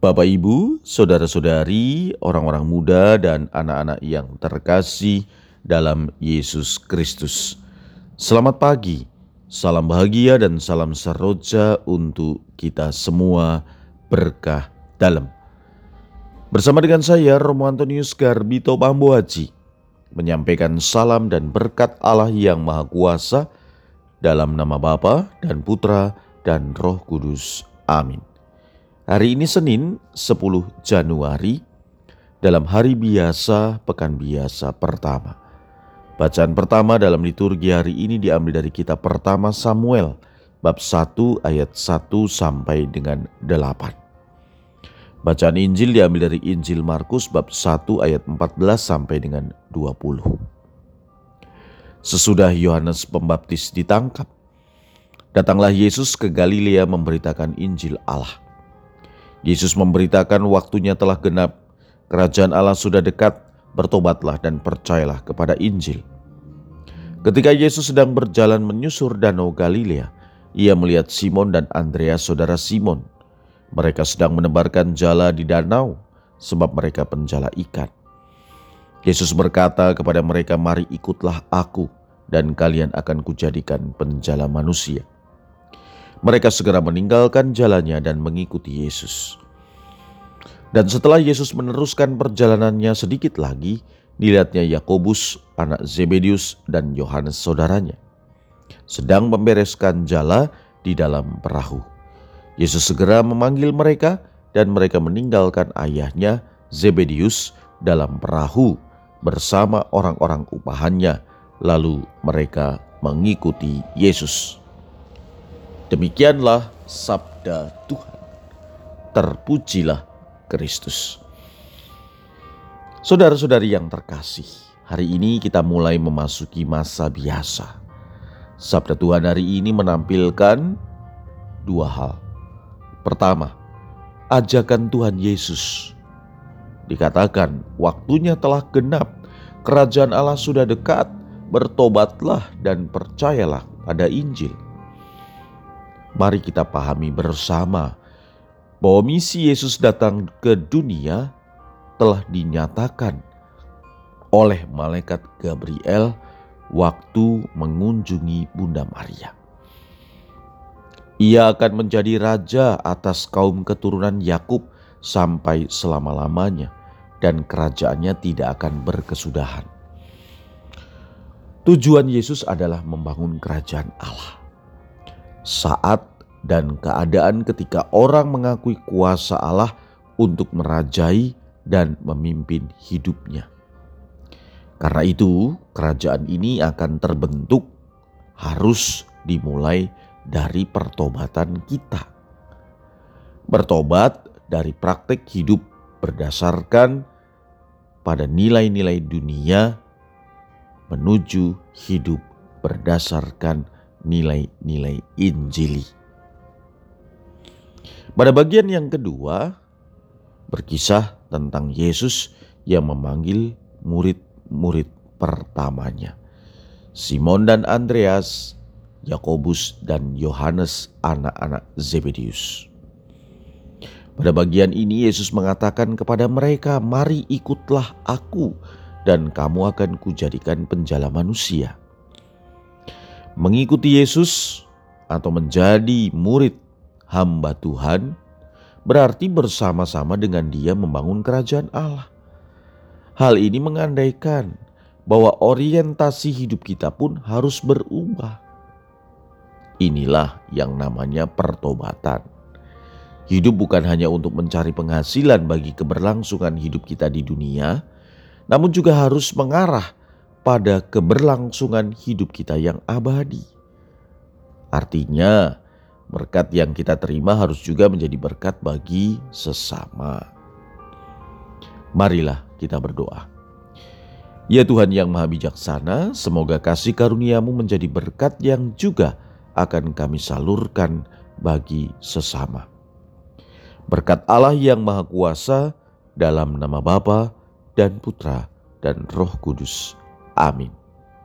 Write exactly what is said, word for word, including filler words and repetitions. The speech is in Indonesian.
Bapak, Ibu, saudara-saudari, orang-orang muda dan anak-anak yang terkasih dalam Yesus Kristus. Selamat pagi, salam bahagia dan salam seroja untuk kita semua, berkah dalam. Bersama dengan saya, Romo Antonius Garbito Pambuaji, menyampaikan salam dan berkat Allah yang Maha Kuasa dalam nama Bapa dan Putra dan Roh Kudus. Amin. Hari ini Senin sepuluh Januari dalam hari biasa pekan biasa pertama. Bacaan pertama dalam liturgi hari ini diambil dari kitab pertama Samuel bab satu ayat satu sampai dengan delapan. Bacaan Injil diambil dari Injil Markus bab satu ayat empat belas sampai dengan dua puluh. Sesudah Yohanes Pembaptis ditangkap, datanglah Yesus ke Galilea memberitakan Injil Allah. Yesus memberitakan waktunya telah genap, kerajaan Allah sudah dekat, bertobatlah dan percayalah kepada Injil. Ketika Yesus sedang berjalan menyusur danau Galilea, ia melihat Simon dan Andreas saudara Simon. Mereka sedang menebarkan jala di danau, sebab mereka penjala ikan. Yesus berkata kepada mereka, "Mari ikutlah aku, dan kalian akan kujadikan penjala manusia." Mereka segera meninggalkan jalannya dan mengikuti Yesus. Dan setelah Yesus meneruskan perjalanannya sedikit lagi, dilihatnya Yakobus, anak Zebedius, dan Yohanes saudaranya sedang membereskan jala di dalam perahu. Yesus segera memanggil mereka, dan mereka meninggalkan ayahnya Zebedius dalam perahu bersama orang-orang upahannya, lalu mereka mengikuti Yesus. Demikianlah sabda Tuhan. Terpujilah Kristus. Saudara-saudari yang terkasih, hari ini kita mulai memasuki masa biasa. Sabda Tuhan hari ini menampilkan dua hal. Pertama, ajakan Tuhan Yesus. Dikatakan waktunya telah genap, kerajaan Allah sudah dekat, bertobatlah dan percayalah pada Injil. Mari kita pahami bersama bahwa misi Yesus datang ke dunia telah dinyatakan oleh malaikat Gabriel waktu mengunjungi Bunda Maria. Ia akan menjadi raja atas kaum keturunan Yakub sampai selama-lamanya, dan kerajaannya tidak akan berkesudahan. Tujuan Yesus adalah membangun kerajaan Allah. Saat dan keadaan ketika orang mengakui kuasa Allah untuk merajai dan memimpin hidupnya. Karena itu, kerajaan ini akan terbentuk harus dimulai dari pertobatan kita. Bertobat dari praktek hidup berdasarkan pada nilai-nilai dunia menuju hidup berdasarkan nilai-nilai Injili. Pada bagian yang kedua, berkisah tentang Yesus yang memanggil murid-murid pertamanya, Simon dan Andreas, Yakobus dan Yohanes anak-anak Zebedius. Pada bagian ini Yesus mengatakan kepada mereka, "Mari ikutlah aku, dan kamu akan kujadikan penjala manusia." Mengikuti Yesus atau menjadi murid hamba Tuhan berarti bersama-sama dengan Dia membangun kerajaan Allah. Hal ini mengandaikan bahwa orientasi hidup kita pun harus berubah. Inilah yang namanya pertobatan. Hidup bukan hanya untuk mencari penghasilan bagi keberlangsungan hidup kita di dunia, namun juga harus mengarah pada keberlangsungan hidup kita yang abadi. Artinya, berkat yang kita terima harus juga menjadi berkat bagi sesama. Marilah kita berdoa. Ya Tuhan yang Maha Bijaksana, semoga kasih karunia-Mu menjadi berkat yang juga akan kami salurkan bagi sesama. Berkat Allah yang Maha Kuasa, dalam nama Bapa dan Putra dan Roh Kudus. Amin.